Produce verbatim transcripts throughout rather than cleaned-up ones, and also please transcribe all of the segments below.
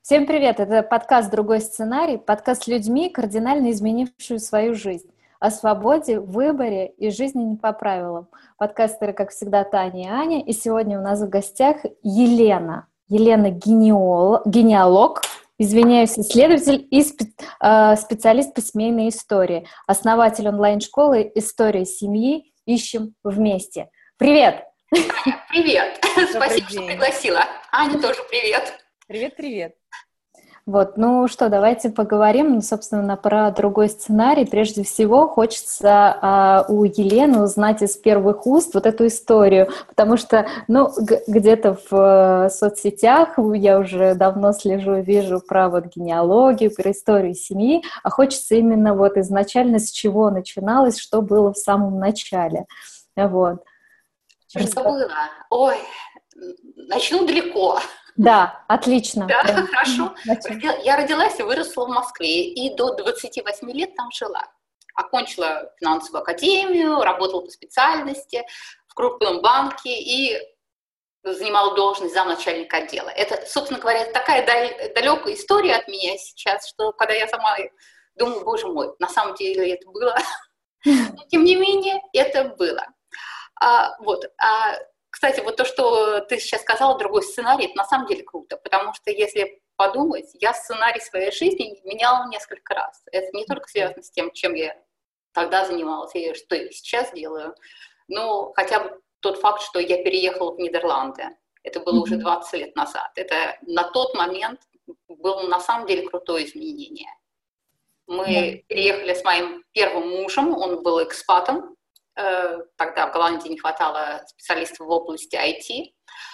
Всем привет! Это подкаст «Другой сценарий», подкаст с людьми, кардинально изменившую свою жизнь. О свободе, выборе и жизни не по правилам. Подкастеры, как всегда, Таня и Аня. И сегодня у нас в гостях Елена. Елена генеолог, генеалог, извиняюсь, исследователь и спе, э, специалист по семейной истории, основатель онлайн-школы «История семьи. Ищем вместе». Привет! Аня, привет! Спасибо, что пригласила. Аня, тоже привет. Привет-привет. Вот, ну что, давайте поговорим, собственно, про другой сценарий. Прежде всего, хочется а, у Елены узнать из первых уст вот эту историю, потому что, ну, г- где-то в э, соцсетях я уже давно слежу, вижу про вот генеалогию, про историю семьи, а хочется именно вот изначально с чего начиналось, что было в самом начале. Вот. Что было? Ой, начну далеко. Да, отлично. Да, Прям. хорошо. Я родилась и выросла в Москве, и до двадцати восьми лет там жила. Окончила финансовую академию, работала по специальности в крупном банке и занимала должность замначальника отдела. Это, собственно говоря, такая далекая история от меня сейчас, что когда я сама думаю, боже мой, на самом деле это было. Но, тем не менее, это было. А, вот. А, кстати, вот то, что ты сейчас сказала, другой сценарий, это на самом деле круто, потому что, если подумать, я сценарий своей жизни меняла несколько раз. Это не только связано с тем, чем я тогда занималась и что я сейчас делаю, но хотя бы тот факт, что я переехала в Нидерланды. Это было mm-hmm. уже двадцать лет назад. Это на тот момент было на самом деле крутое изменение. Мы mm-hmm. переехали с моим первым мужем, он был экспатом. Тогда в Голландии не хватало специалистов в области ай ти.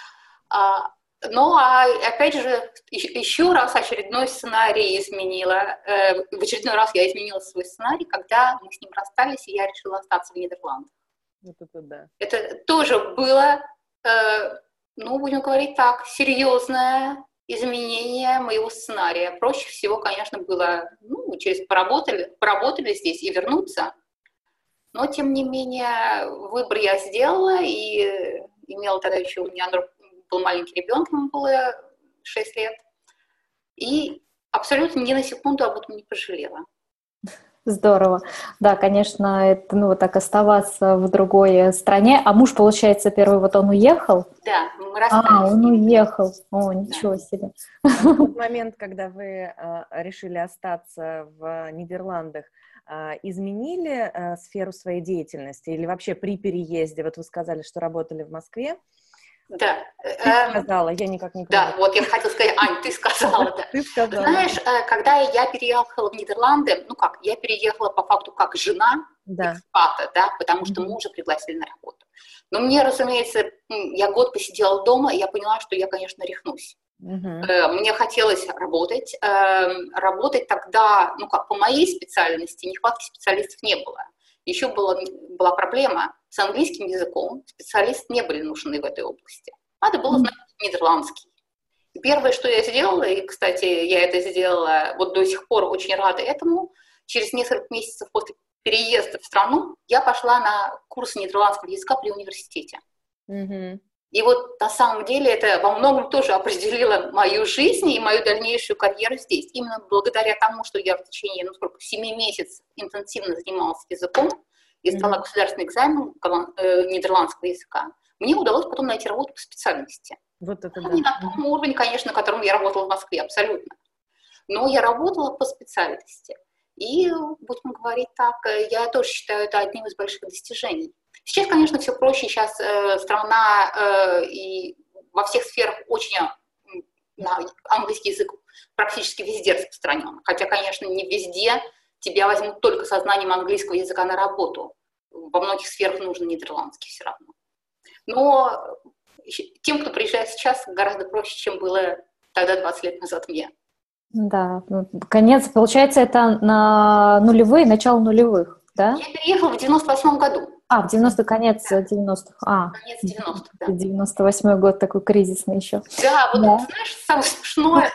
Ну, а опять же, еще раз очередной сценарий изменила. В очередной раз я изменила свой сценарий, когда мы с ним расстались, и я решила остаться в Нидерландах. Вот это да. Это тоже было, ну, будем говорить так, серьезное изменение моего сценария. Проще всего, конечно, было, ну, через поработали, поработали здесь и вернуться. Но, тем не менее, выбор я сделала, и имела тогда еще, у меня был маленький ребенок, ему было шесть лет, и абсолютно ни на секунду об этом не пожалела. Здорово. Да, конечно, это, ну, вот так оставаться в другой стране. А муж, получается, первый вот он уехал? Да, мы расстались. А, он уехал. О, ничего да. себе. В тот момент, когда вы э, решили остаться в Нидерландах, э, изменили э, сферу своей деятельности или вообще при переезде? Вот вы сказали, что работали в Москве. Да. Ты эм, сказала, я никак не понимаю. Да, вот я хотела сказать, Ань, ты сказала, да. Ты сказала. Знаешь, когда я переехала в Нидерланды, ну как, я переехала по факту как жена да. экспата, да, потому что мужа пригласили на работу. Но мне, разумеется, я год посидела дома, и я поняла, что я, конечно, рехнусь. Uh-huh. Мне хотелось работать. Работать тогда, ну как, по моей специальности нехватки специалистов не было. Еще была, была проблема с английским языком, специалисты не были нужны в этой области. Надо было знать нидерландский. И первое, что я сделала, и, кстати, я это сделала вот до сих пор, очень рада этому, через несколько месяцев после переезда в страну я пошла на курсы нидерландского языка при университете. Mm-hmm. И вот на самом деле это во многом тоже определило мою жизнь и мою дальнейшую карьеру здесь. Именно благодаря тому, что я в течение, ну сколько, семи месяцев интенсивно занималась языком и сдала mm-hmm. государственный экзамен э, нидерландского языка, мне удалось потом найти работу по специальности. Вот это ну, да. Не на том уровне, конечно, на котором я работала в Москве, абсолютно. Но я работала по специальности. И, будем говорить так, я тоже считаю это одним из больших достижений. Сейчас, конечно, все проще. Сейчас э, страна э, и во всех сферах очень э, английский язык практически везде распространен. Хотя, конечно, не везде тебя возьмут только со знанием английского языка на работу. Во многих сферах нужен нидерландский все равно. Но тем, кто приезжает сейчас, гораздо проще, чем было тогда двадцать лет назад мне. Да, конец, получается, это на нулевые, начало нулевых, да? Я переехала в девяносто восьмом году. А, в девяностом, конец да. девяностых. А, конец девяностых, да. девяносто восьмой год такой кризисный еще. Да, вот да. Ты знаешь, самое смешное,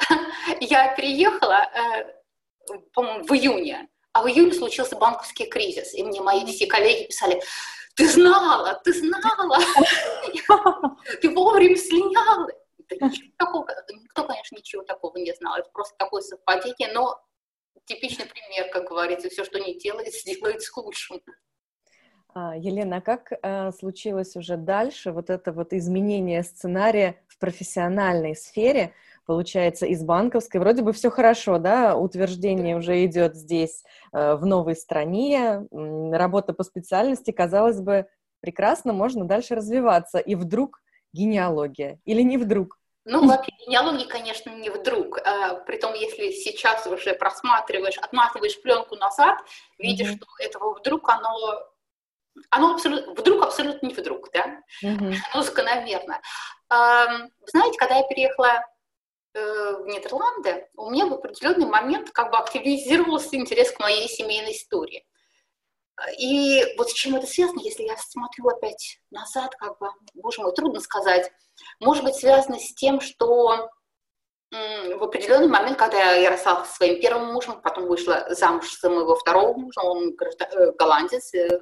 я переехала, по-моему, в июне, а в июне случился банковский кризис, и мне мои все коллеги писали: ты знала, ты знала, ты вовремя слиняла. Да ничего такого никто, конечно, ничего такого не знала. Это просто такое совпадение, но типичный пример, как говорится, все, что не делается, делается к лучшему. Елена, а как э, случилось уже дальше вот это вот изменение сценария в профессиональной сфере? Получается, из банковской вроде бы все хорошо, да, утверждение уже идет здесь, э, в новой стране, м, работа по специальности, казалось бы, прекрасно, можно дальше развиваться, и вдруг генеалогия, или не вдруг? Ну, вообще, генеалогия, конечно, не вдруг. А, притом, если сейчас уже просматриваешь, отматываешь пленку назад, видишь, mm-hmm. что этого вдруг оно... Оно абсолютно, вдруг абсолютно не вдруг, да? Mm-hmm. Оно закономерно. А, знаете, когда я переехала э, в Нидерланды, у меня в определенный момент как бы активизировался интерес к моей семейной истории. И вот с чем это связано, если я смотрю опять назад, как бы, боже мой, трудно сказать. Может быть, связано с тем, что м, в определенный момент, когда я росла со своим первым мужем, потом вышла замуж за моего второго мужа, он голландец, э,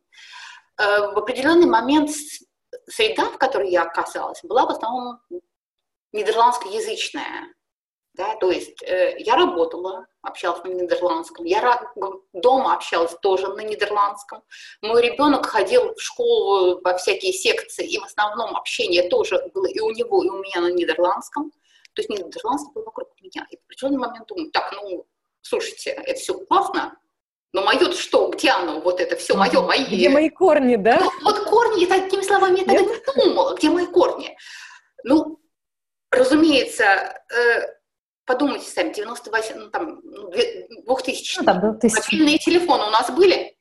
э, в определенный момент среда, в которой я оказалась, была в основном нидерландскоязычная. Да, то есть э, я работала, общалась на нидерландском, я дома общалась тоже на нидерландском. Мой ребенок ходил в школу во всякие секции, и в основном общение тоже было и у него, и у меня на нидерландском. То есть нидерландский был вокруг меня. И в определенный момент думаю, так, ну, слушайте, это все классно, но мое-то что, где оно, вот это все мое, мои... Где мои корни, да? Вот, вот корни, такими словами я тогда не думала, где мои корни. Ну, разумеется... Э, Подумайте сами, девяносто восемь, ну, там, двухтысячные, ну, мобильные телефоны у нас были?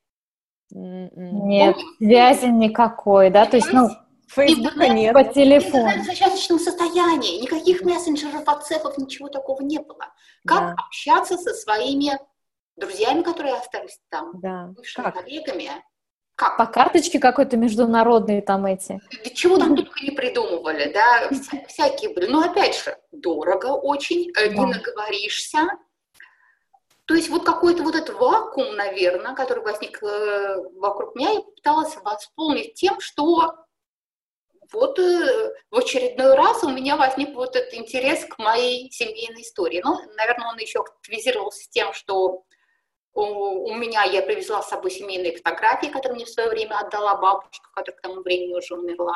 Нет, связи никакой, да, то есть, ну, Фейсбука нет. По телефону. Интернет в зачаточном состоянии, никаких мессенджеров, ватсэпов, ничего такого не было. Как да. общаться со своими друзьями, которые остались там, да. бывшими как? коллегами? Как? По карточке какой-то международной там эти. Да чего там только не придумывали, да, Вся, всякие были. Но опять же, дорого очень, да. не наговоришься. То есть вот какой-то вот этот вакуум, наверное, который возник э, вокруг меня, я пыталась восполнить тем, что вот э, в очередной раз у меня возник вот этот интерес к моей семейной истории. Ну, наверное, он еще активизировался с тем, что у меня я привезла с собой семейные фотографии, которые мне в свое время отдала бабушка, которая к тому времени уже умерла.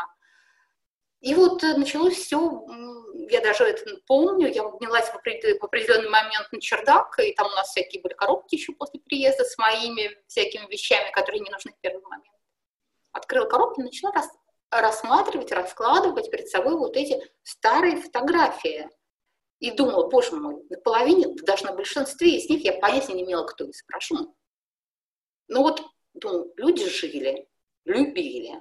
И вот началось все, я даже это помню, я поднялась в определенный момент на чердак, и там у нас всякие были коробки еще после приезда с моими всякими вещами, которые не нужны в первый момент. Открыла коробку и начала рас, рассматривать, раскладывать перед собой вот эти старые фотографии. И думала, боже мой, на половине, даже на большинстве из них я понятия не имела, кто их спрошу. Ну вот, думаю, люди жили, любили,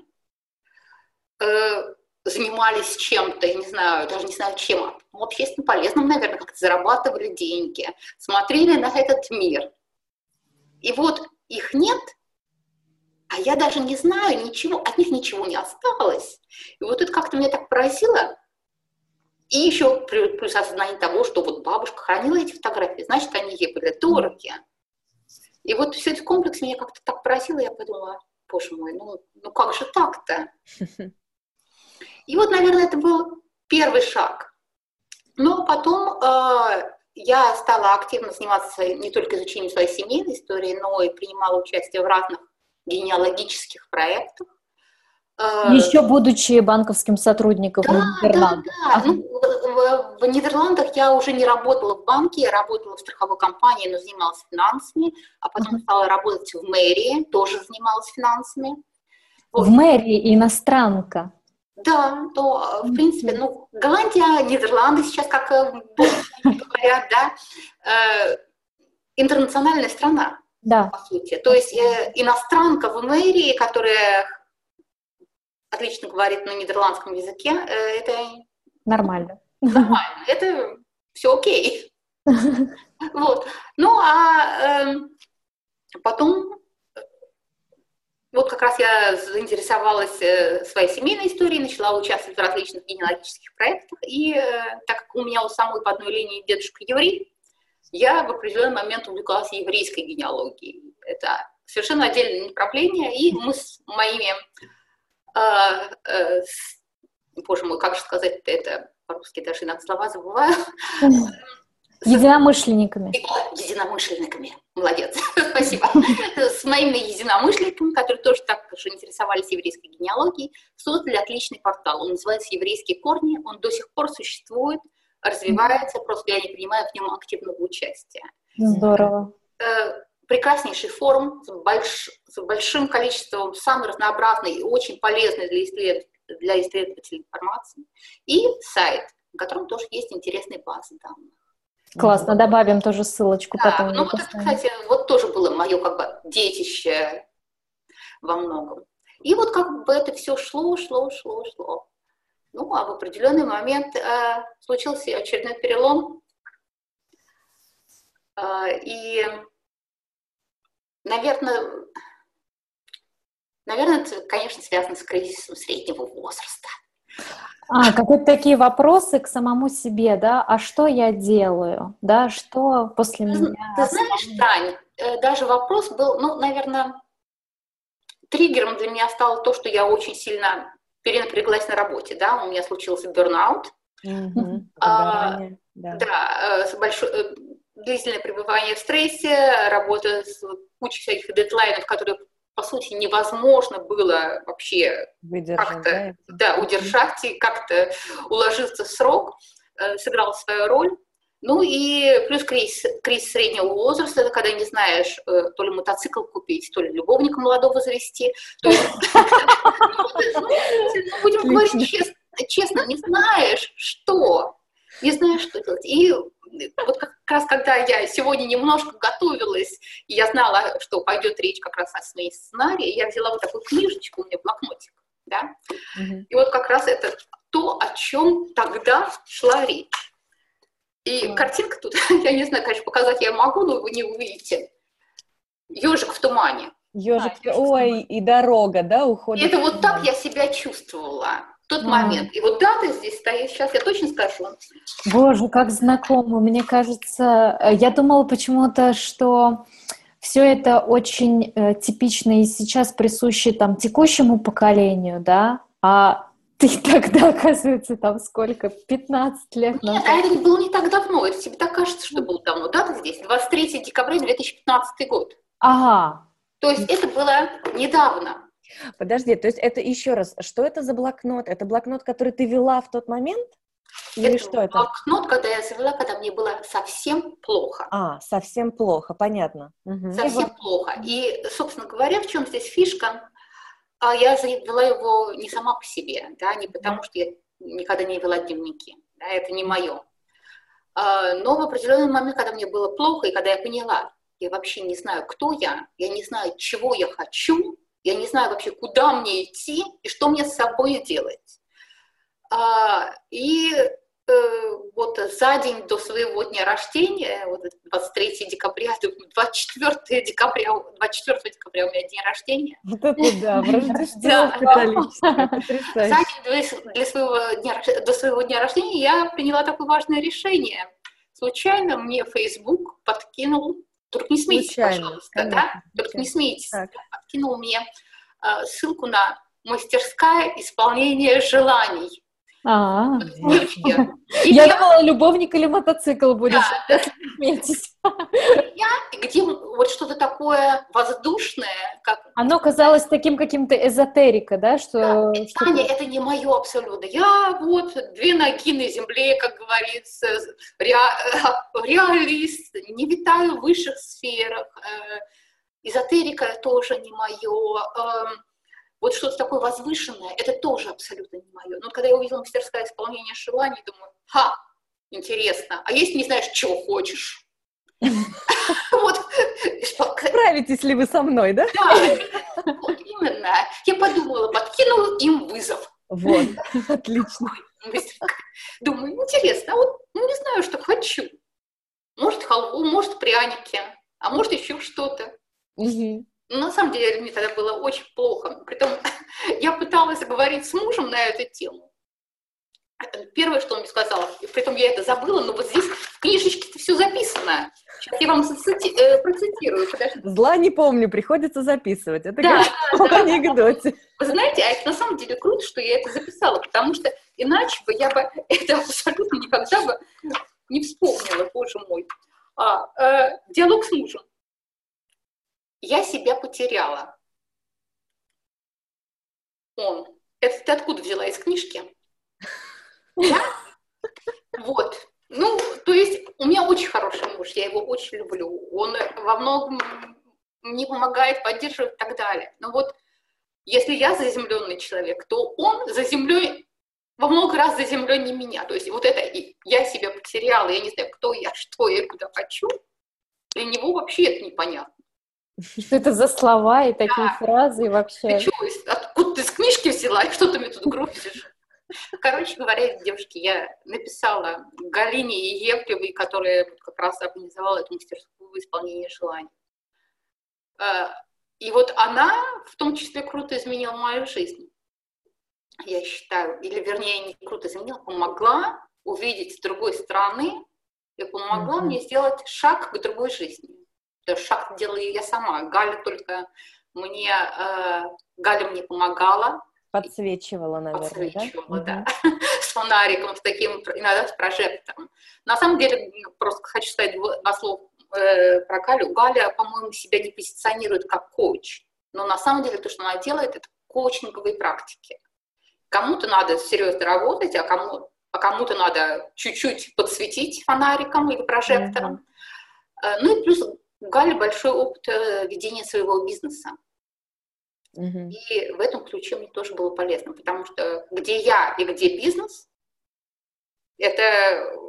э, занимались чем-то, я не знаю, даже не знаю чем, ну, общественно полезным, наверное, как-то зарабатывали деньги, смотрели на этот мир. И вот их нет, а я даже не знаю ничего, от них ничего не осталось. И вот это как-то меня так поразило. И еще плюс осознание того, что вот бабушка хранила эти фотографии, значит, они ей были дороги. И вот все это в комплексе меня как-то так поразило, я подумала, боже мой, ну, ну как же так-то? И вот, наверное, это был первый шаг. Но потом э, я стала активно заниматься не только изучением своей семейной истории, но и принимала участие в разных генеалогических проектах. Еще будучи банковским сотрудником да, в Нидерландах. Да, да. Ну, в, в Нидерландах я уже не работала в банке, я работала в страховой компании, но занималась финансами, а потом uh-huh. стала работать в мэрии, тоже занималась финансами. Вот. В мэрии иностранка. Да, то, в принципе, ну, Голландия, Нидерланды сейчас, как говорят, да, э, интернациональная страна, да. по сути. То есть э, иностранка в мэрии, которая отлично говорит на нидерландском языке, э, это... Нормально. Нормально, это все окей. Вот. Ну, а э, потом, вот как раз я заинтересовалась э, своей семейной историей, начала участвовать в различных генеалогических проектах, и э, так как у меня у самой по одной линии дедушка еврей, я в определенный момент увлеклась еврейской генеалогией. Это совершенно отдельное направление, и мы с моими... Э, э, с, боже мой, как же сказать это по-русски даже иногда слова забываю. Единомышленниками. Единомышленниками. Молодец. Спасибо. С моими единомышленниками, которые тоже так же интересовались еврейской генеалогией, создали отличный портал. Он называется «Еврейские корни». Он до сих пор существует, развивается, просто я не принимаю в нем активного участия. Здорово. Прекраснейший форум с, больш... с большим количеством самой разнообразной и очень полезной для, исслед... для исследователей информации. И сайт, на котором тоже есть интересные базы данных. Классно, добавим тоже ссылочку да, потом. Ну вот это, кстати, вот тоже было мое как бы детище во многом. И вот как бы это все шло, шло, шло, шло. Ну, а в определенный момент э, случился очередной перелом. Э, и, наверное, наверное, это, конечно, связано с кризисом среднего возраста. А, какие-то такие вопросы к самому себе, да? А что я делаю? Да, что после ты, меня? Ты знаешь, Тань, даже вопрос был, ну, наверное, триггером для меня стало то, что я очень сильно перенапряглась на работе, да, у меня случился бёрнаут. Mm-hmm. А, да, да большое, длительное пребывание в стрессе, работа с кучей всяких дедлайнов, которые, по сути, невозможно было вообще выдержать, как-то да? Да, удержать и как-то уложиться в срок, э, сыграл свою роль. Ну и плюс кризис, кризис среднего возраста, это когда не знаешь, э, то ли мотоцикл купить, то ли любовника молодого завести. Будем говорить честно, не знаешь, что. Не знаешь, что делать. И вот как раз когда я сегодня немножко готовилась, и я знала, что пойдет речь как раз о своей сценарии, я взяла вот такую книжечку, у меня блокнотик, да, mm-hmm. и вот как раз это то, о чем тогда шла речь. И mm-hmm. картинка тут, я не знаю, конечно, показать я могу, но вы не увидите. Ежик в тумане. Ежик, а, ой, и дорога, да, уходит. И это вот так я себя чувствовала в тот mm. момент. И вот дата здесь стоит, сейчас я точно скажу. Боже, как знакомо. Мне кажется, я думала почему-то, что все это очень э, типично и сейчас присуще там текущему поколению, да, а ты тогда, оказывается, там сколько, пятнадцать лет назад. Нет, а это было не так давно, это тебе так кажется, что было давно. Дата здесь, двадцать третьего декабря две тысячи пятнадцатый год. Ага. То есть это было недавно. Подожди, то есть это еще раз, что это за блокнот? Это блокнот, который ты вела в тот момент? Или это что это? Блокнот, когда я завела, когда мне было совсем плохо. А, совсем плохо, понятно. Угу. Совсем и плохо. И, собственно говоря, в чем здесь фишка? Я завела его не сама по себе, да, не потому что я никогда не вела дневники, да, это не мое. Но в определенный момент, когда мне было плохо, и когда я поняла, я вообще не знаю, кто я, я не знаю, чего я хочу, я не знаю вообще, куда мне идти и что мне с собой делать. И вот за день до своего дня рождения, вот двадцать третьего декабря, двадцать четвёртого декабря, двадцать четвёртого декабря у меня день рождения. Вот это да, в Рождество католическое, потрясающе. За день для своего дня, до своего дня рождения я приняла такое важное решение. Случайно мне Facebook подкинул, только не смейтесь, Случайно, пожалуйста, конечно, да? Только не смейтесь, подкинул мне э, ссылку на мастерская исполнения желаний. А, девочки. Я думала, любовник или мотоцикл будешь. Да, я, где вот что-то такое воздушное, как... Оно казалось таким каким-то эзотерика, да? Что, да. что Таня, это не мое абсолютно. Я вот две ноги на земле, как говорится, ре... реалист, не витаю в высших сферах. Эзотерика тоже не мое. Вот что-то такое возвышенное, это тоже абсолютно не мое. Но когда я увидела мастерское исполнение желаний, думаю, ха, интересно, а если не знаешь, чего хочешь? Вот. Справитесь ли вы со мной, да? Да, вот именно. Я подумала, подкинула им вызов. Вот, отлично. Думаю, интересно, а вот ну, не знаю, что хочу. Может, халву, может, пряники, а может, еще что-то. Но на самом деле мне тогда было очень плохо. Притом я пыталась говорить с мужем на эту тему. Первое, что он мне сказал, и притом я это забыла, но вот здесь в книжечке-то все записано. Сейчас я вам цити- э, процитирую. Подожди. Зла не помню, приходится записывать. Это Да, как да, в да. анекдоте. Вы знаете, а это на самом деле круто, что я это записала, потому что иначе бы я бы это абсолютно никогда бы не вспомнила, боже мой. А, э, диалог с мужем. Я себя потеряла. Он. Это ты откуда взяла, из книжки? Я? Вот. Ну, то есть у меня очень хороший муж, я его очень люблю. Он во многом мне помогает, поддерживает и так далее. Но вот если я заземленный человек, то он заземлен, во много раз заземленнее меня. То есть вот это я себя потеряла, я не знаю, кто я, что я, куда хочу. Для него вообще это непонятно. Что это за слова и такие Да. фразы и вообще? Ты что, откуда ты из книжки взяла, и что ты мне тут грузишь? Короче говоря, девушки, я написала Галине Ефлевой, которая как раз организовала это мастерство в исполнении желаний. И вот она, в том числе, круто изменила мою жизнь, я считаю. Или, вернее, не круто изменила, помогла увидеть с другой стороны и помогла mm-hmm. мне сделать шаг к другой жизни. Потому что шаг делаю я сама. Галя только мне... Э, Галя мне помогала. Подсвечивала, наверное, Подсвечивала, да? да. Mm-hmm. С фонариком, с таким, иногда с прожектором. На самом деле, просто хочу сказать два слова э, про Галю. Галя, по-моему, себя не позиционирует как коуч. Но на самом деле то, что она делает, это коучинговые практики. Кому-то надо серьезно работать, а, кому, а кому-то надо чуть-чуть подсветить фонариком или прожектором. Mm-hmm. Ну и плюс у Гали большой опыт ведения своего бизнеса. Mm-hmm. И в этом ключе мне тоже было полезно, потому что где я и где бизнес, это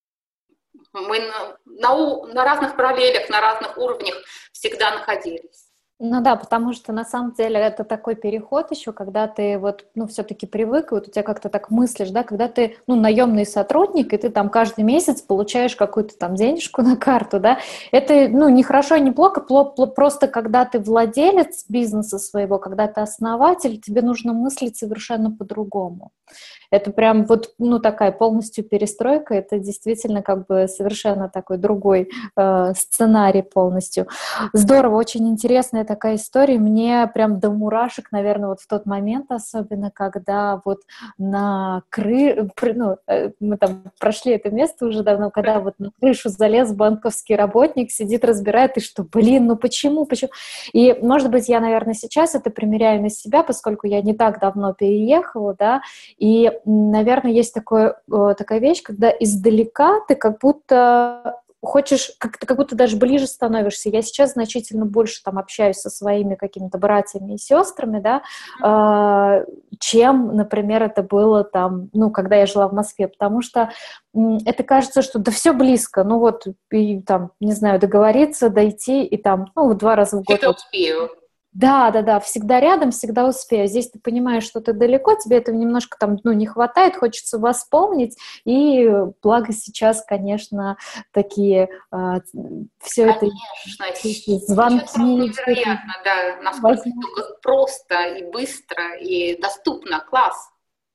мы на, на, на разных параллелях, на разных уровнях всегда находились. Ну да, потому что на самом деле это такой переход еще, когда ты вот, ну, все-таки привык, и вот у тебя как-то так мыслишь, да, когда ты, ну, наемный сотрудник, и ты там каждый месяц получаешь какую-то там денежку на карту, да, это, ну, не хорошо, не плохо, просто когда ты владелец бизнеса своего, когда ты основатель, тебе нужно мыслить совершенно по-другому. Это прям вот, ну, такая полностью перестройка, это действительно как бы совершенно такой другой э, сценарий полностью. Здорово, очень интересная такая история, мне прям до мурашек, наверное, вот в тот момент, особенно когда вот на крышу, ну, мы там прошли это место уже давно, когда вот на крышу залез банковский работник, сидит, разбирает, и что, блин, ну почему, почему? И, может быть, я, наверное, сейчас это примеряю на себя, поскольку я не так давно переехала, да, и наверное, есть такое, такая вещь, когда издалека ты как будто хочешь, как ты как будто даже ближе становишься. Я сейчас значительно больше там общаюсь со своими какими-то братьями и сестрами, да, mm-hmm. чем, например, это было там, ну, когда я жила в Москве, потому что это кажется, что да все близко, ну вот, и там, не знаю, договориться, дойти, и там, ну, два раза в год. Я успею. Да, да, да, всегда рядом, всегда успею. Здесь ты понимаешь, что ты далеко, тебе этого немножко там, ну, не хватает, хочется восполнить, и благо сейчас, конечно, такие э, все это... Конечно, звонки. Сейчас невероятно, да, насколько это просто и быстро, и доступно, класс.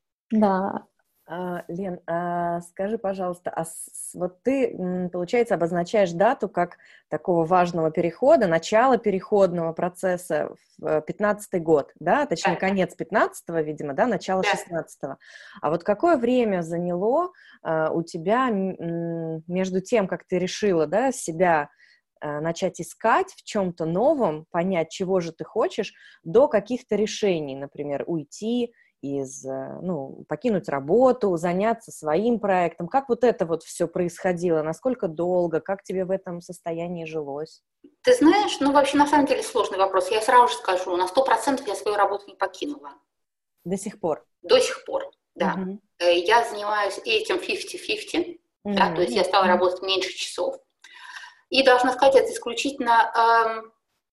Да. А, Лен, а скажи, пожалуйста, а с, вот ты, получается, обозначаешь дату как такого важного перехода, начало переходного процесса в пятнадцатый год, да, точнее, да. Конец пятнадцатого, видимо, да, начало да. шестнадцатого. А вот какое время заняло а, у тебя м, между тем, как ты решила, да, себя а, начать искать в чем-то новом, понять, чего же ты хочешь, до каких-то решений, например, уйти из, ну, покинуть работу, заняться своим проектом. Как вот это вот все происходило? Насколько долго? Как тебе в этом состоянии жилось? Ты знаешь, ну, вообще, на самом деле, сложный вопрос. Я сразу же скажу, на сто процентов я свою работу не покинула. До сих пор? До сих пор, да. Uh-huh. Я занимаюсь этим пятьдесят на пятьдесят, uh-huh. да, то есть я стала uh-huh. работать меньше часов. И, должна сказать, это исключительно... Эм,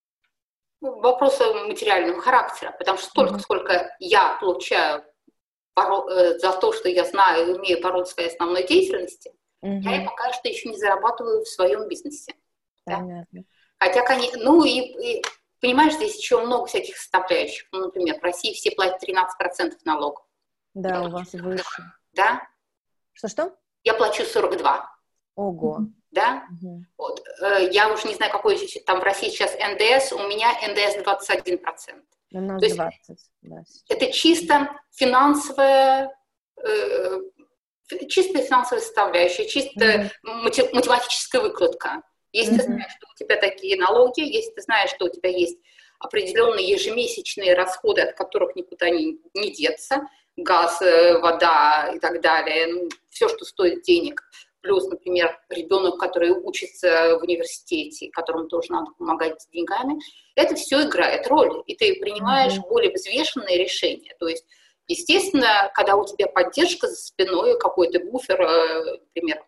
вопросы материального характера, потому что столько, mm-hmm. сколько я получаю поро- за то, что я знаю и умею по роду своей основной деятельности, mm-hmm. я и пока что еще не зарабатываю в своем бизнесе. Mm-hmm. Да? Хотя, конечно, ну и, и, понимаешь, здесь еще много всяких составляющих. Ну, например, в России все платят тринадцать процентов налогов. Да, я у вас выше. Да? Что-что? Я плачу сорок два. Ого. да? Угу. Вот. Я уже не знаю, какой там в России сейчас эн дэ эс, у меня эн дэ эс двадцать один процент. У нас То есть двадцать, да. Это чисто финансовая, э, чистая финансовая составляющая, чисто mm-hmm. мати- математическая выкладка. Если mm-hmm. ты знаешь, что у тебя такие налоги, если ты знаешь, что у тебя есть определенные ежемесячные расходы, от которых никуда не, не деться, газ, вода и так далее, ну, все, что стоит денег, плюс, например, ребенок, который учится в университете, которому тоже надо помогать с деньгами, это все играет роль, и ты принимаешь mm-hmm. более взвешенные решения. То есть, естественно, когда у тебя поддержка за спиной, какой-то буфер, например,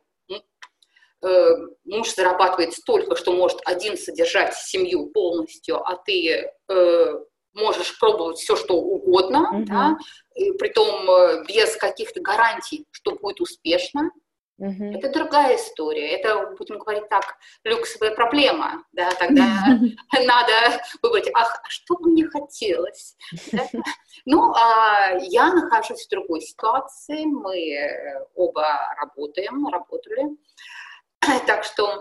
муж зарабатывает столько, что может один содержать семью полностью, а ты можешь пробовать все, что угодно, mm-hmm. да, и притом без каких-то гарантий, что будет успешно. Uh-huh. Это другая история. Это, будем говорить так, люксовая проблема. Да? Тогда uh-huh. надо выбрать, ах, а что бы мне хотелось? Да? Ну, а я нахожусь в другой ситуации. Мы оба работаем, работали. Так что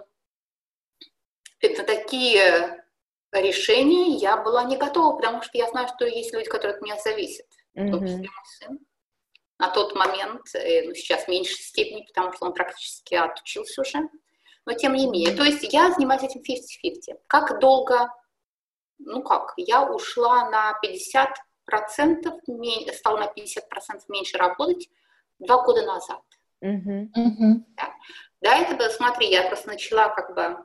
на такие решения я была не готова, потому что я знаю, что есть люди, которые от меня зависят. В том числе мой сын. На тот момент, ну, сейчас в меньшей степени, потому что он практически отучился уже, но тем не менее. То есть я занимаюсь этим пятьдесят на пятьдесят. Как долго? Ну как, я ушла на пятьдесят процентов, стала на пятьдесят процентов меньше работать два года назад. Uh-huh. Да. До этого, смотри, я просто начала как бы,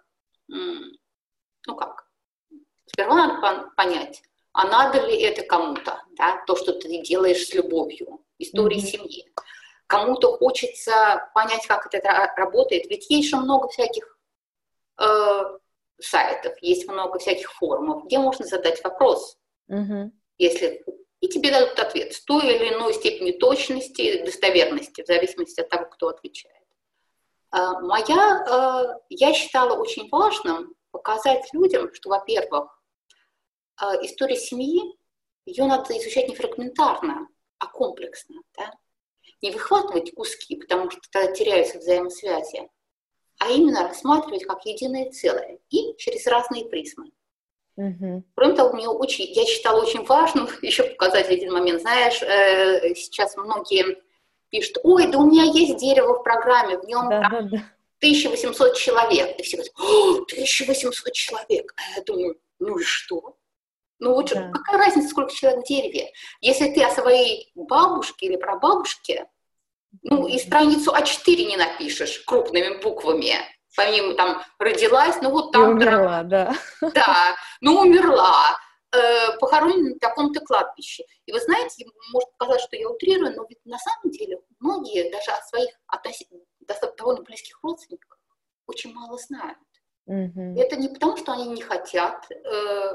ну как, сперва надо понять, а надо ли это кому-то, да, то, что ты делаешь с любовью. Истории mm-hmm. семьи. Кому-то хочется понять, как это работает. Ведь есть же много всяких э, сайтов, есть много всяких форумов, где можно задать вопрос. Mm-hmm. Если... И тебе дадут ответ с той или иной степенью точности, достоверности, в зависимости от того, кто отвечает. Э, моя, э, я считала очень важным показать людям, что, во-первых, э, история семьи, ее надо изучать не фрагментарно, а комплексно, да? Не выхватывать куски, потому что тогда теряются взаимосвязи, а именно рассматривать как единое целое и через разные призмы. Mm-hmm. Кроме того, мне очень, я считала очень важным еще показать один момент. Знаешь, э, сейчас многие пишут, ой, да у меня есть дерево в программе, в нем да, да, да. тысяча восемьсот человек. И все говорят, о, тысяча восемьсот человек. А я думаю, ну и что? Ну вот да. Какая разница, сколько человек в дереве? Если ты о своей бабушке или прабабушке, ну и страницу а четыре не напишешь крупными буквами, помимо там родилась, ну вот там... И умерла, да. Да, ну умерла, э, похоронена на таком-то кладбище. И вы знаете, может показаться, что я утрирую, но ведь на самом деле многие даже о своих относительно довольно близких родственниках очень мало знают. Mm-hmm. Это не потому, что они не хотят... Э,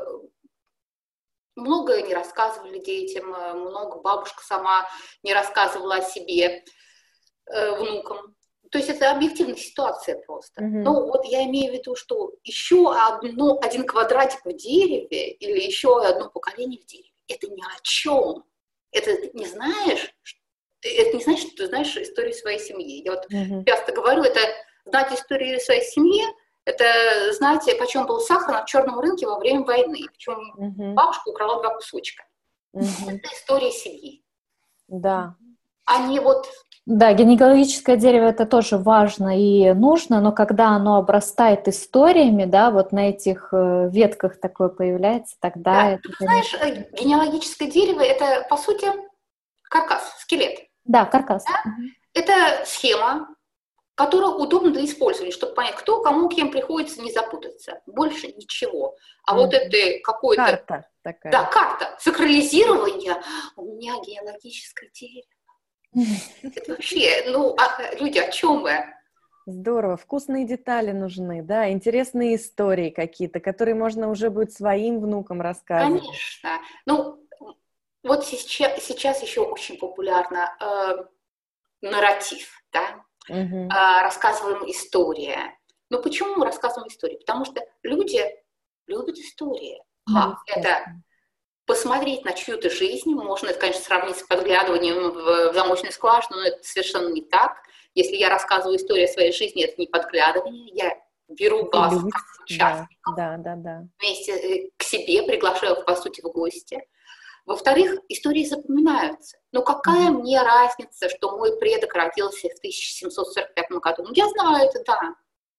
Много не рассказывали детям, много бабушка сама не рассказывала о себе э, внукам. То есть это объективная ситуация просто. Mm-hmm. Но вот я имею в виду, что еще одно, один квадратик в дереве или еще одно поколение в дереве, это ни о чем. Это ты не знаешь, это не значит, что ты знаешь историю своей семьи. Я вот mm-hmm. часто говорю, это знать историю своей семьи, это, знаете, почем был сахар на черном рынке во время войны. Причем uh-huh. бабушка украла два кусочка. Uh-huh. Это история семьи. Да. Они вот... Да, генеалогическое дерево это тоже важно и нужно, но когда оно обрастает историями, да, вот на этих ветках такое появляется, тогда да. это... Ты конечно... знаешь, генеалогическое дерево это, по сути, каркас, скелет. Да, каркас. Да? Uh-huh. Это схема, которая удобна для использования, чтобы понять, кто кому кем приходится, не запутаться. Больше ничего. А mm-hmm. вот это какое-то... Карта такая. Да, карта. Сакрализирование. У меня генеалогическое дерево. Это вообще, ну, а, люди, о чем вы? Здорово. Вкусные детали нужны, да, интересные истории какие-то, которые можно уже будет своим внукам рассказывать. Конечно. Ну, вот сейчас, сейчас еще очень популярно э, нарратив, да? Uh-huh. Рассказываем истории. Но почему мы рассказываем истории? Потому что люди любят истории. А, это посмотреть на чью-то жизнь, можно это, конечно, сравнить с подглядыванием в, в замочную скважину, но это совершенно не так. Если я рассказываю историю своей жизни, это не подглядывание, я беру вас как участников, да, да, да. вместе к себе, приглашаю, по сути, в гости. Во-вторых, истории запоминаются. Ну какая mm-hmm. мне разница, что мой предок родился в тысяча семьсот сорок пятом году? Ну я знаю это, да.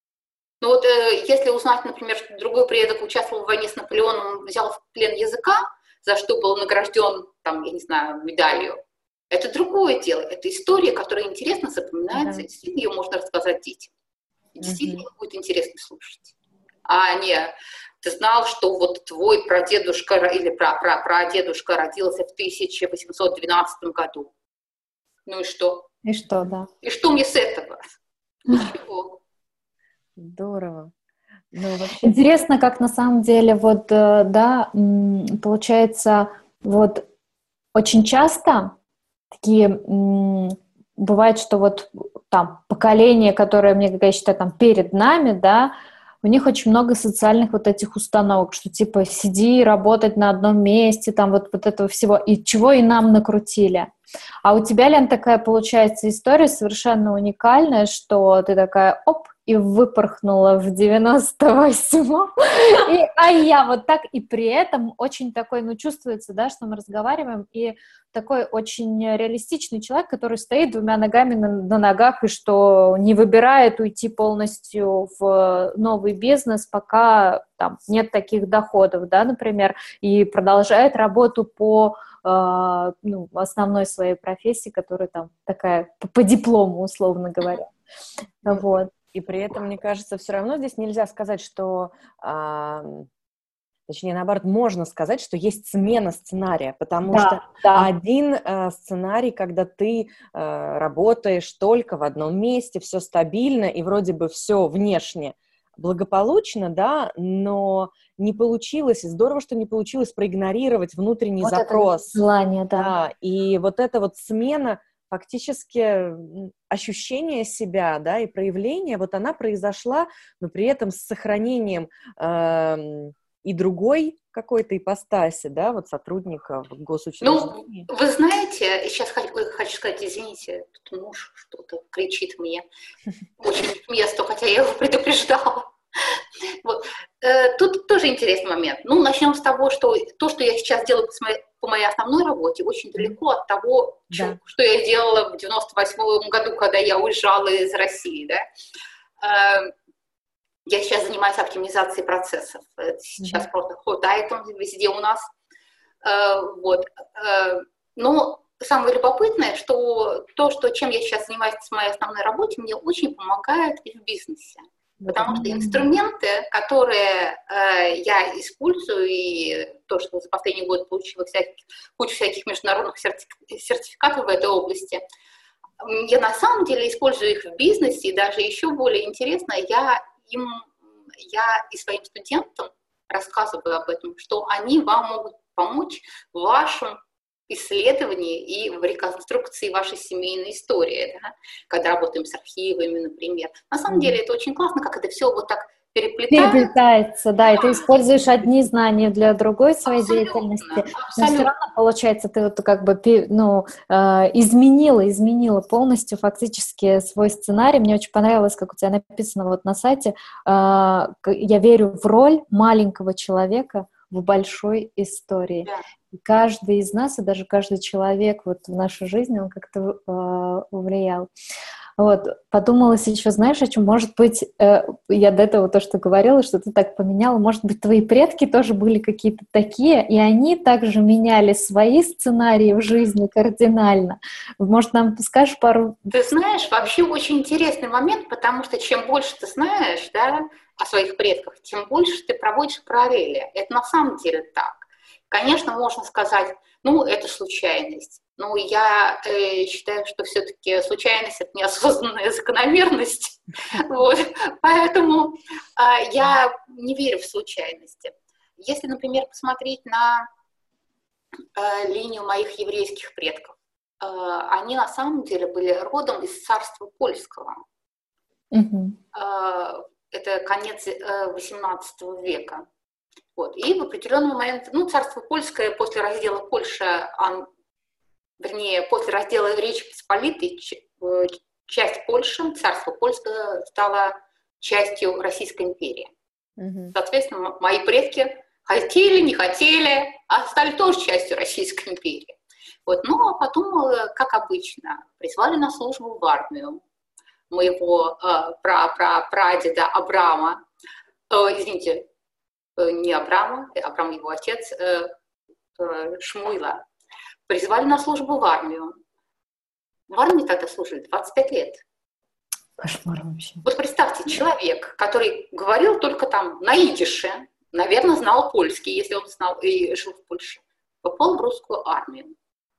Но вот э, если узнать, например, что другой предок участвовал в войне с Наполеоном, взял в плен языка, за что был награжден, там, я не знаю, медалью, это другое дело. Это история, которая интересно запоминается, mm-hmm. и действительно ее можно рассказать детям. И действительно mm-hmm. будет интересно слушать. А не, ты знал, что вот твой прадедушка или прапрадедушка родился в тысяча восемьсот двенадцатом году. Ну и что? И что, да. И что мне с этого? Ничего. Здорово. Ну, вообще... Интересно, как на самом деле, вот, да, получается, вот очень часто такие, бывает, что вот там поколение, которое, мне, как я считаю, там перед нами, да, у них очень много социальных вот этих установок, что типа сиди, работать на одном месте, там вот, вот этого всего, и чего и нам накрутили. А у тебя, Лен, такая получается история совершенно уникальная, что ты такая, оп, и выпорхнула в девяносто восьмом, и, а я вот так, и при этом очень такой, ну, чувствуется, да, что мы разговариваем, и такой очень реалистичный человек, который стоит двумя ногами на, на ногах, и что не выбирает уйти полностью в новый бизнес, пока там нет таких доходов, да, например, и продолжает работу по э, ну, основной своей профессии, которая там такая по, по диплому, условно говоря, вот. И при этом, мне кажется, все равно здесь нельзя сказать, что, а, точнее, наоборот, можно сказать, что есть смена сценария, потому да, что да. один а, сценарий, когда ты а, работаешь только в одном месте, все стабильно и вроде бы все внешне благополучно, да, но не получилось, и здорово, что не получилось проигнорировать внутренний вот запрос. Это желание, да. да. И вот эта вот смена, фактически ощущение себя, да, и проявление, вот она произошла, но при этом с сохранением э, и другой какой-то ипостаси, да, вот сотрудника госучреждения. Ну, вы знаете, сейчас хочу, хочу сказать, извините, тут муж что-то кричит мне, очень к месту, хотя я его предупреждала. Вот. Тут тоже интересный момент. Ну, начнем с того, что то, что я сейчас делаю по моей основной работе, очень далеко от того, да. что я делала в девяносто восьмом году, когда я уезжала из России. Да? Я сейчас занимаюсь оптимизацией процессов. Сейчас mm-hmm. просто хватает он везде у нас. Вот. Но самое любопытное, что то, что, чем я сейчас занимаюсь в моей основной работе, мне очень помогает и в бизнесе. Потому что инструменты, которые э, я использую, и то, что за последний год получила всяких, кучу всяких международных сертификатов в этой области, я на самом деле использую их в бизнесе, и даже еще более интересно, я им, я и своим студентам рассказываю об этом, что они вам могут помочь в вашем исследовании и в реконструкции вашей семейной истории, да? Когда работаем с архивами, например. На самом mm-hmm. деле это очень классно, как это все вот так переплетается. Переплетается, да, и ты используешь одни знания для другой своей абсолютно, деятельности, абсолютно. Но все равно, получается, ты вот как бы ну, изменила, изменила полностью фактически свой сценарий. Мне очень понравилось, как у тебя написано вот на сайте, я верю в роль маленького человека в большой истории. Да. И каждый из нас, и даже каждый человек вот в нашу жизнь, он как-то э, влиял. Вот, подумалось еще, знаешь, о чем, может быть, э, я до этого то, что говорила, что ты так поменяла, может быть, твои предки тоже были какие-то такие, и они также меняли свои сценарии в жизни кардинально. Может, нам ты скажешь пару... Ты знаешь, вообще очень интересный момент, потому что чем больше ты знаешь, да, о своих предках, тем больше ты проводишь параллели. Это на самом деле так. Конечно, можно сказать, ну, это случайность. Но я э, считаю, что все-таки случайность – это неосознанная закономерность. Вот. Поэтому э, я не верю в случайности. Если, например, посмотреть на э, линию моих еврейских предков, э, они на самом деле были родом из царства польского. Mm-hmm. Э, это конец э, восемнадцатого века. Вот. И в определенный момент, ну, царство польское после раздела Польши, он, вернее, после раздела Речи Посполитой часть Польши, царство польское, стало частью Российской империи. Mm-hmm. Соответственно, мои предки хотели, не хотели, а стали тоже частью Российской империи. Вот. Ну, а потом, как обычно, призвали на службу в армию моего э, пра-пра-прадеда Абрама, э, извините, э, не Абрама, Абрам его отец, э, э, Шмуила, призвали на службу в армию. В армии тогда служили двадцать пять лет. Кошмар вообще. Вот представьте, человек, который говорил только там на идише, наверное, знал польский, если он знал и жил в Польше, попал в русскую армию,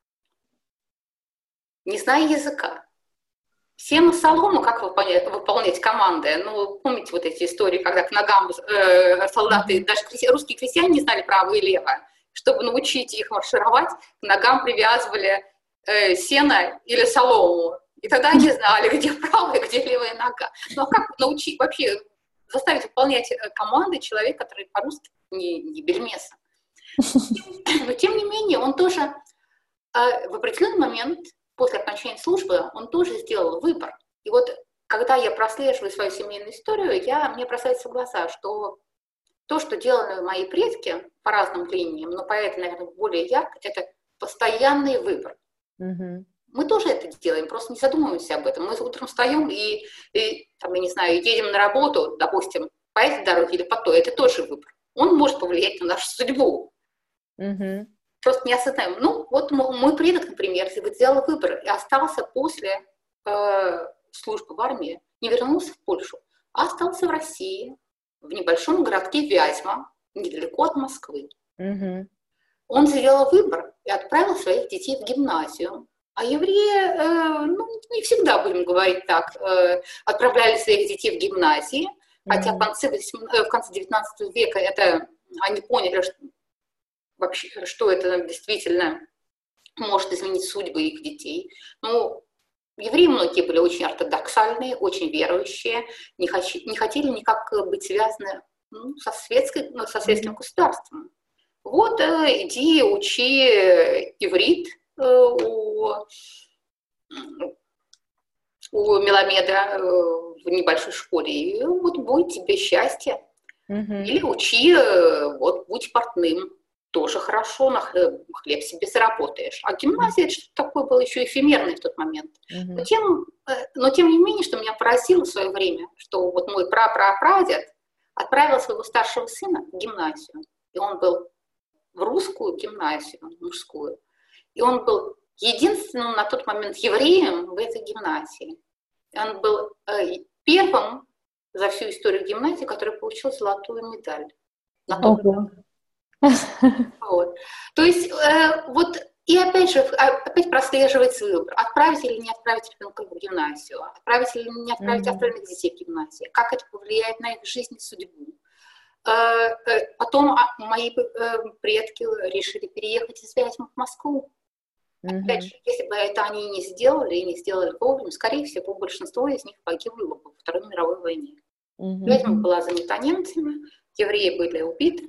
не зная языка. Все на солому, как выполнять, выполнять команды. Ну, помните вот эти истории, когда к ногам э, солдаты, mm-hmm. даже крестья, русские крестьяне не знали право и лево. Чтобы научить их маршировать, к ногам привязывали э, сено или солому. И тогда они знали, где правая, где левая нога. Ну, а как научить, вообще заставить выполнять команды человека, который по-русски не, не бельмеса? Но, тем не менее, он тоже э, в определенный момент после окончания службы он тоже сделал выбор. И вот когда я прослеживаю свою семейную историю, я, мне бросается в глаза, что то, что делали мои предки по разным линиям, но поэты, наверное, более ярко, это постоянный выбор. Mm-hmm. Мы тоже это делаем, просто не задумываемся об этом. Мы утром встаем и, и там, я не знаю, едем на работу, допустим, по этой дороге или по той. Это тоже выбор. Он может повлиять на нашу судьбу. Mm-hmm. Просто не осознаем. Ну, вот мой предок, например, сделал выбор и остался после э, службы в армии, не вернулся в Польшу, а остался в России, в небольшом городке Вязьма, недалеко от Москвы. Mm-hmm. Он сделал выбор и отправил своих детей в гимназию. А евреи, э, ну, не всегда, будем говорить так, э, отправляли своих детей в гимназии, mm-hmm. хотя в конце, в конце девятнадцатого века это, они поняли, что вообще, что это действительно может изменить судьбы их детей. Ну, евреи многие были очень ортодоксальные, очень верующие, не, хоч- не хотели никак быть связаны ну, со, светской, ну, со светским государством. Вот, э, иди, учи иврит э, у, у Меламеда э, в небольшой школе, и вот будет тебе счастье. Mm-hmm. Или учи, э, вот, будь портным. Тоже хорошо, на хлеб, хлеб себе заработаешь. А гимназия, это что-то такое было еще эфемерное в тот момент. Mm-hmm. Но, тем, но тем не менее, что меня поразило в свое время, что вот мой прапрапрадед отправил своего старшего сына в гимназию. И он был в русскую гимназию, мужскую. И он был единственным на тот момент евреем в этой гимназии. И он был э, первым за всю историю гимназии, который получил золотую медаль. На тот момент. Вот. То есть, э, вот, и опять же, опять прослеживается выбор, отправить или не отправить ребенка в гимназию, отправить или не отправить mm-hmm. остальных детей в гимназию, как это повлияет на их жизнь и судьбу. Э, э, потом а, мои э, предки решили переехать из Вязьмы в Москву. Mm-hmm. Опять же, если бы это они не сделали, и не сделали вовремя, скорее всего, большинство из них погибло бы во Второй мировой войне. Mm-hmm. Вязьма была занята немцами, евреи были убиты.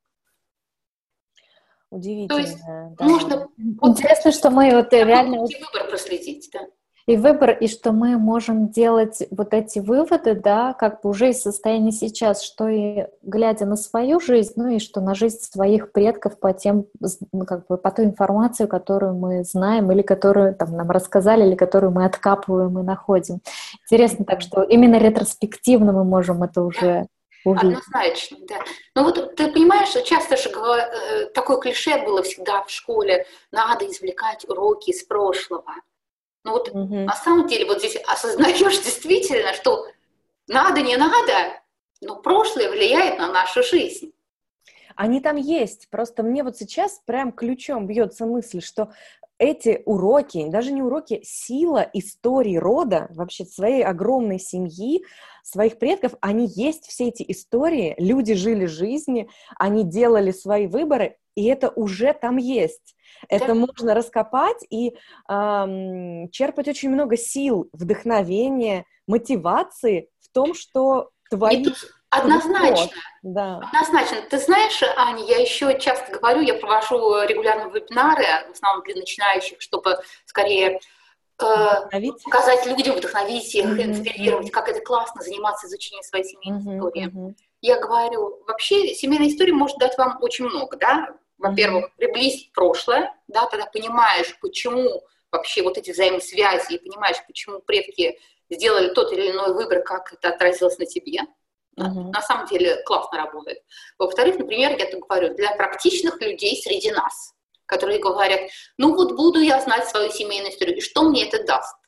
Удивительно. То есть да. можно... Интересно, что мы вот реально... И выбор проследить, да. И выбор, и что мы можем делать вот эти выводы, да, как бы уже из состояния сейчас, что и глядя на свою жизнь, ну и что на жизнь своих предков по тем, ну, как бы по той информации, которую мы знаем, или которую там нам рассказали, или которую мы откапываем и находим. Интересно так, что именно ретроспективно мы можем это уже... увидеть. Однозначно, да. Ну вот ты понимаешь, что часто же такое клише было всегда в школе, надо извлекать уроки из прошлого. Ну вот угу. на самом деле вот здесь осознаешь действительно, что надо, не надо, но прошлое влияет на нашу жизнь. Они там есть, просто мне вот сейчас прям ключом бьется мысль, что эти уроки, даже не уроки, сила истории рода, вообще своей огромной семьи, своих предков, они есть, все эти истории, люди жили жизни, они делали свои выборы, и это уже там есть. Это да. можно раскопать и эм, черпать очень много сил, вдохновения, мотивации в том, что твои... Однозначно. Да. Однозначно. Ты знаешь, Аня, я еще часто говорю, я провожу регулярно вебинары, в основном для начинающих, чтобы скорее Вдохновить? Показать людям, вдохновить их, Mm-hmm. инспирировать, как это классно заниматься изучением своей семейной Mm-hmm. истории. Mm-hmm. Я говорю, вообще семейная история может дать вам очень много, да? Во-первых, mm-hmm. приблизить прошлое, да, тогда понимаешь, почему вообще вот эти взаимосвязи, и понимаешь, почему предки сделали тот или иной выбор, как это отразилось на тебе. Mm-hmm. На самом деле классно работает. Во-вторых, например, я так говорю, для практичных людей среди нас, которые говорят, ну вот буду я знать свою семейную историю, и что мне это даст?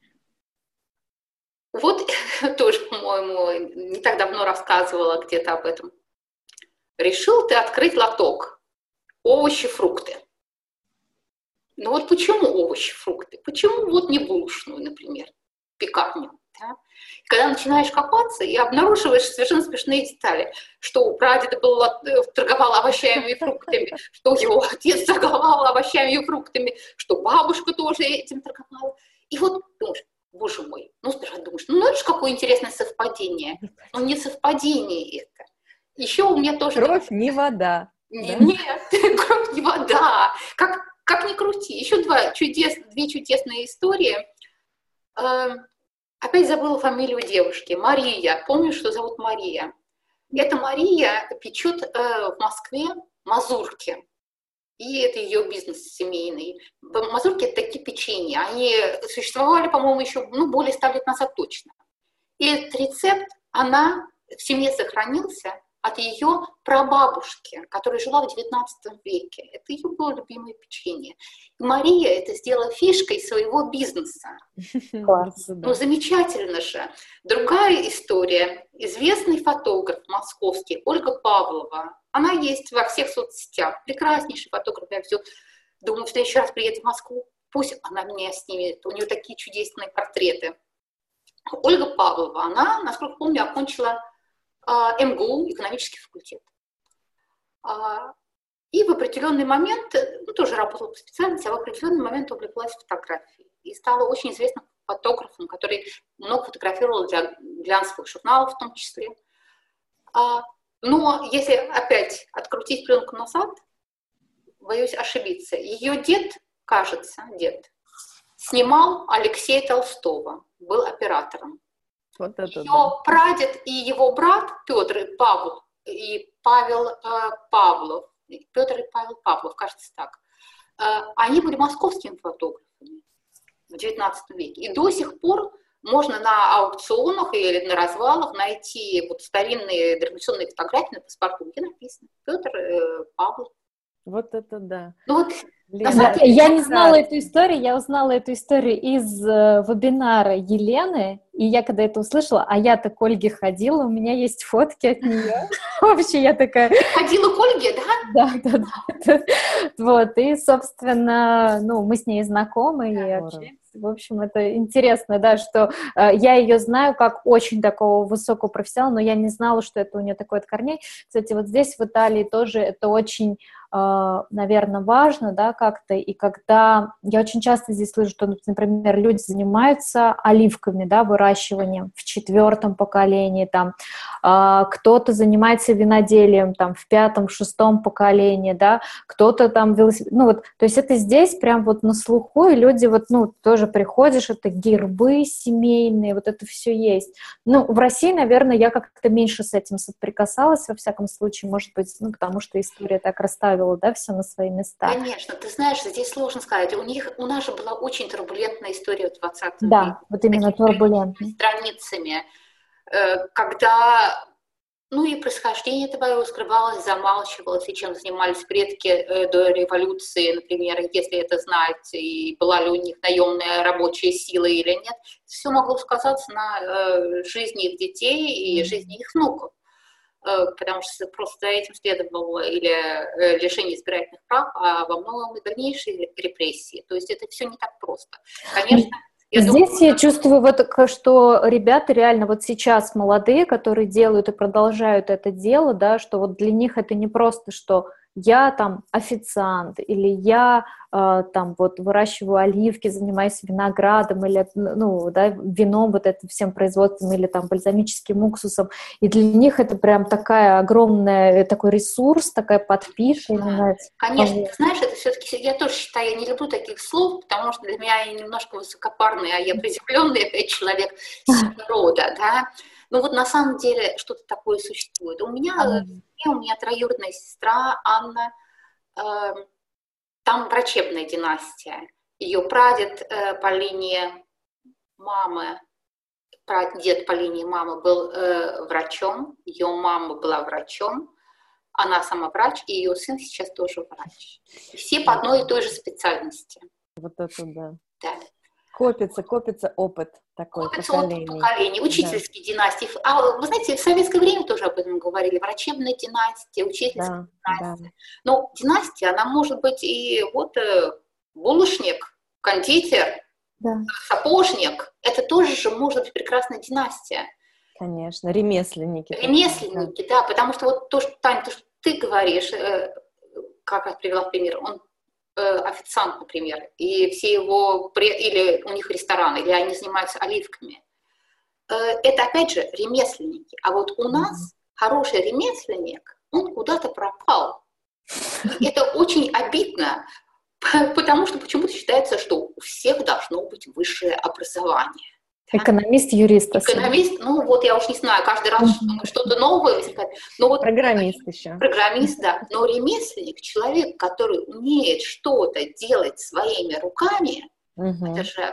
Вот тоже, по-моему, не так давно рассказывала где-то об этом. Решил ты открыть лоток овощи, фрукты. Ну вот почему овощи, фрукты? Почему вот не булочную, например, пекарню? Да? Когда начинаешь копаться и обнаруживаешь совершенно смешные детали, что у прадеда был, торговал овощами и фруктами, что его отец торговал овощами и фруктами, что бабушка тоже этим торговала. И вот думаешь, боже мой, ну сперва думаешь, ну это же какое интересное совпадение. Но не совпадение это. Еще у меня тоже... Кровь не вода. Нет, да? Кровь не вода. Как, как ни крути. Еще два чудес, две чудесные истории. Опять забыла фамилию девушки. Мария. Помню, что зовут Мария. Эта Мария печет э, в Москве мазурки. И это ее бизнес семейный. Мазурки — это такие печенья. Они существовали, по-моему, еще ну, более ста лет назад точно. И этот рецепт, она в семье сохранился от ее прабабушки, которая жила в девятнадцатом веке. Это ее было любимое печенье. И Мария это сделала фишкой своего бизнеса. Класс. Ну, замечательно же. Другая история. Известный фотограф московский Ольга Павлова. Она есть во всех соцсетях. Прекраснейший фотограф. Я все думаю, в следующий раз приедет в Москву. Пусть она меня снимет. У нее такие чудесные портреты. Ольга Павлова, она, насколько помню, окончила эм гэ у, экономический факультет. И в определенный момент, ну, тоже работала по специальности, а в определенный момент увлеклась фотографией. И стала очень известным фотографом, который много фотографировал для глянцевых журналов в том числе. Но если опять открутить пленку назад, боюсь ошибиться. Ее дед, кажется, дед, снимал Алексея Толстого, был оператором. Вот это Ее да. прадед и его брат Петр и Павел, и Павел э, Павлов, Петр и Павел Павлов, кажется так, э, они были московскими фотографами в девятнадцатом веке. И до сих пор можно на аукционах или на развалах найти вот старинные дореволюционные фотографии на паспорту, где написано Петр э, Павлов. Вот это да. Ну вот, Да, я не знала эту историю, я узнала эту историю из э, вебинара Елены, и я когда это услышала, а я-то к Ольге ходила, у меня есть фотки от нее. Вообще я такая... Ходила к Ольге, да? Да, да, да. Вот, и, собственно, ну, мы с ней знакомы и общаемся. В общем, это интересно, да, что э, я ее знаю как очень такого высокого профессионала, но я не знала, что это у нее такой от корней. Кстати, вот здесь в Италии тоже это очень... наверное, важно, да, как-то, и когда, я очень часто здесь слышу, что, например, люди занимаются оливками, да, выращиванием в четвертом поколении, там, кто-то занимается виноделием, там, в пятом, шестом поколении, да, кто-то там велосипед, ну, вот, то есть это здесь прям вот на слуху, и люди вот, ну, тоже приходишь, это гербы семейные, вот это все есть. Ну, в России, наверное, я как-то меньше с этим соприкасалась, во всяком случае, может быть, ну, потому что история так расставила, да, все на свои места. Конечно, ты знаешь, здесь сложно сказать. У них, у нас же была очень турбулентная история в двадцатом да, веке. Да, вот именно турбулентная. Страницами, когда, ну и происхождение твое скрывалось, замалчивалось, и чем занимались предки до революции, например, если это знать, и была ли у них наемная рабочая сила или нет, все могло сказаться на жизни их детей и жизни их внуков. Потому что просто за этим следовало или лишение избирательных прав, а во многом и дальнейшие репрессии. То есть это все не так просто. Конечно, я Здесь думаю, я чувствую, вот, что ребята реально вот сейчас молодые, которые делают и продолжают это дело, да, что вот для них это не просто, что я там официант, или я э, там вот выращиваю оливки, занимаюсь виноградом, или, ну, да, вином, вот это всем производством, или там бальзамическим уксусом, и для них это прям такая огромная, такой ресурс, такая подпитка. Именно. Конечно, ты знаешь, это все-таки, я тоже считаю, я не люблю таких слов, потому что для меня они немножко высокопарные, а я приземленный опять человек сильного рода, да. Но вот на самом деле что-то такое существует. У меня, у меня троюродная сестра Анна, э, там врачебная династия. Ее прадед э, по линии мамы, прадед по линии мамы был э, врачом, ее мама была врачом, она сама врач, и ее сын сейчас тоже врач. И все по одной и той же специальности. Вот это да. Да. Копится, копится опыт такой копится поколений. опыт поколений, учительские да. династии. А вы знаете, в советское время тоже об этом говорили. Врачебная династия, учительская да, династия. Да. Но династия, она может быть и вот э, булочник, кондитер, да. сапожник. Это тоже же может быть прекрасная династия. Конечно, ремесленники. Ремесленники, да. да, потому что вот то, что, Таня, то, что ты говоришь, э, как раз привела в пример, он официант, например, и все его, или у них ресторан, или они занимаются оливками. Это, опять же, ремесленники. А вот у нас mm-hmm. хороший ремесленник, он куда-то пропал. И это очень обидно, потому что почему-то считается, что у всех должно быть высшее образование. Экономист, юрист. Экономист, ну вот я уж не знаю, каждый раз mm-hmm. что-то новое возникает. Но вот, программист еще. Программист, да. Но ремесленник, человек, который умеет что-то делать своими руками, mm-hmm. это же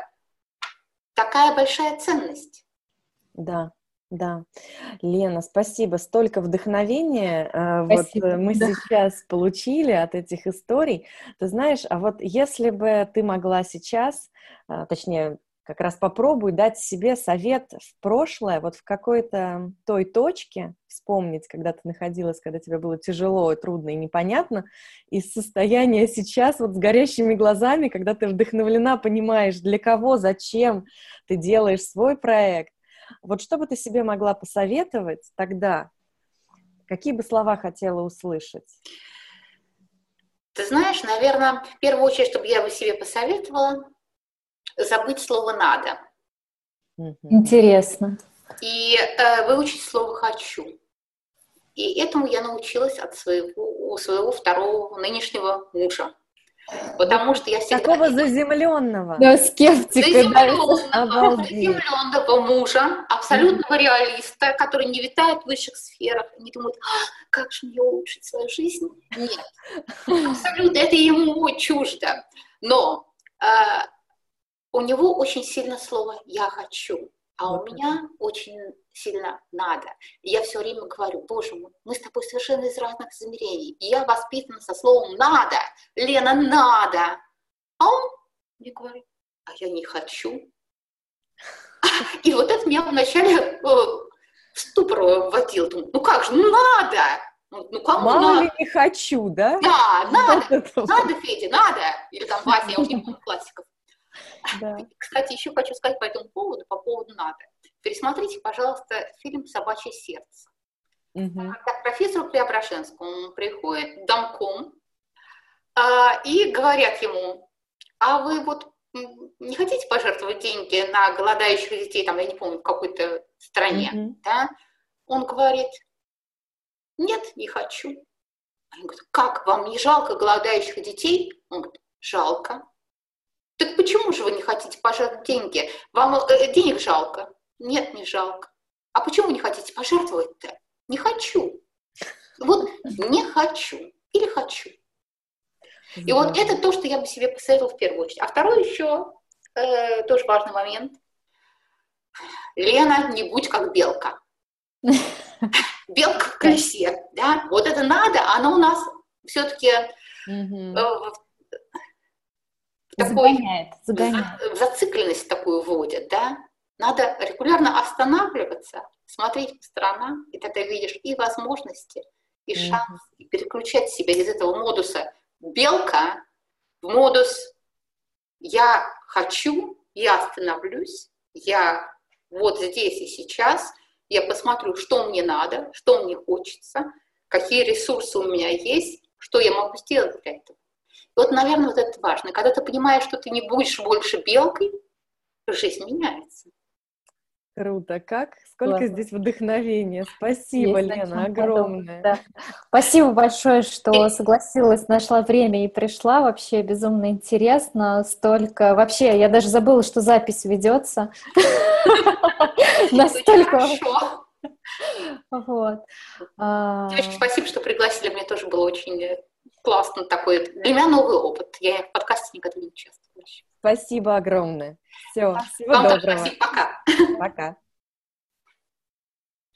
такая большая ценность. Да, да. Лена, спасибо. Столько вдохновения спасибо, вот мы да. сейчас получили от этих историй. Ты знаешь, а вот если бы ты могла сейчас, точнее, как раз попробуй дать себе совет в прошлое, вот в какой-то той точке вспомнить, когда ты находилась, когда тебе было тяжело и трудно и непонятно, из состояния сейчас вот с горящими глазами, когда ты вдохновлена, понимаешь, для кого, зачем ты делаешь свой проект. Вот что бы ты себе могла посоветовать тогда? Какие бы слова хотела услышать? Ты знаешь, наверное, в первую очередь, чтобы я бы себе посоветовала, забыть слово «надо». Интересно. И э, выучить слово «хочу». И этому я научилась от своего, у своего второго нынешнего мужа. Потому что я всегда... Такого заземленного. Да, скептика. Заземленного, заземленного мужа, абсолютного реалиста, который не витает в высших сферах, не думает, а, как же мне улучшить свою жизнь. Нет. Абсолютно. Это ему чуждо. Но... Э, у него очень сильно слово «я хочу», а у меня очень сильно «надо». И я все время говорю, боже мой, мы с тобой совершенно из разных измерений. И я воспитана со словом «надо». Лена, надо. А он мне говорит, а я не хочу. И вот это меня вначале в ступор вводило. Думаю, ну как же, ну надо. Ну, кому Мало надо? ли не хочу, да? Да, надо. Надо, Федя, надо. Или там Вася, я уже не помню классиков. Да. Кстати, еще хочу сказать по этому поводу, по поводу «надо». Пересмотрите, пожалуйста, фильм «Собачье сердце». Угу. Когда к профессору Преображенскому приходит домком а, и говорят ему, а вы вот не хотите пожертвовать деньги на голодающих детей, там, я не помню, в какой-то стране, угу. да? Он говорит, нет, не хочу. Они говорят, как, вам не жалко голодающих детей? Он говорит, жалко. Так почему же вы не хотите пожертвовать деньги? Вам э, денег жалко? Нет, не жалко. А почему вы не хотите пожертвовать-то? Не хочу. Вот не хочу или хочу. И да. вот это то, что я бы себе посоветовала в первую очередь. А второй еще э, тоже важный момент. Лена, не будь как белка. Белка в колесе. Да? Вот это надо, оно у нас все-таки... Такой, загоняет, загоняет. В зацикленность такую вводят, да? Надо регулярно останавливаться, смотреть по сторонам, и тогда видишь и возможности, и шанс, mm-hmm. и переключать себя из этого модуса белка в модус я хочу, я остановлюсь, я вот здесь и сейчас, я посмотрю, что мне надо, что мне хочется, какие ресурсы у меня есть, что я могу сделать для этого. И вот, наверное, вот это важно. Когда ты понимаешь, что ты не будешь больше белкой, жизнь меняется. Круто, как? Сколько Классно. здесь вдохновения. Спасибо, Есть Лена, подумать, огромное. да. Спасибо большое, что согласилась, нашла время и пришла. Вообще безумно интересно. Столько... Вообще, я даже забыла, что запись ведется. Настолько... Хорошо. Вот. Девочки, спасибо, что пригласили. Мне тоже было очень классно такой. Для меня новый опыт. Я в подкасте никогда не участвовала. Спасибо огромное. Все, всего Вам доброго. Спасибо, пока. Пока.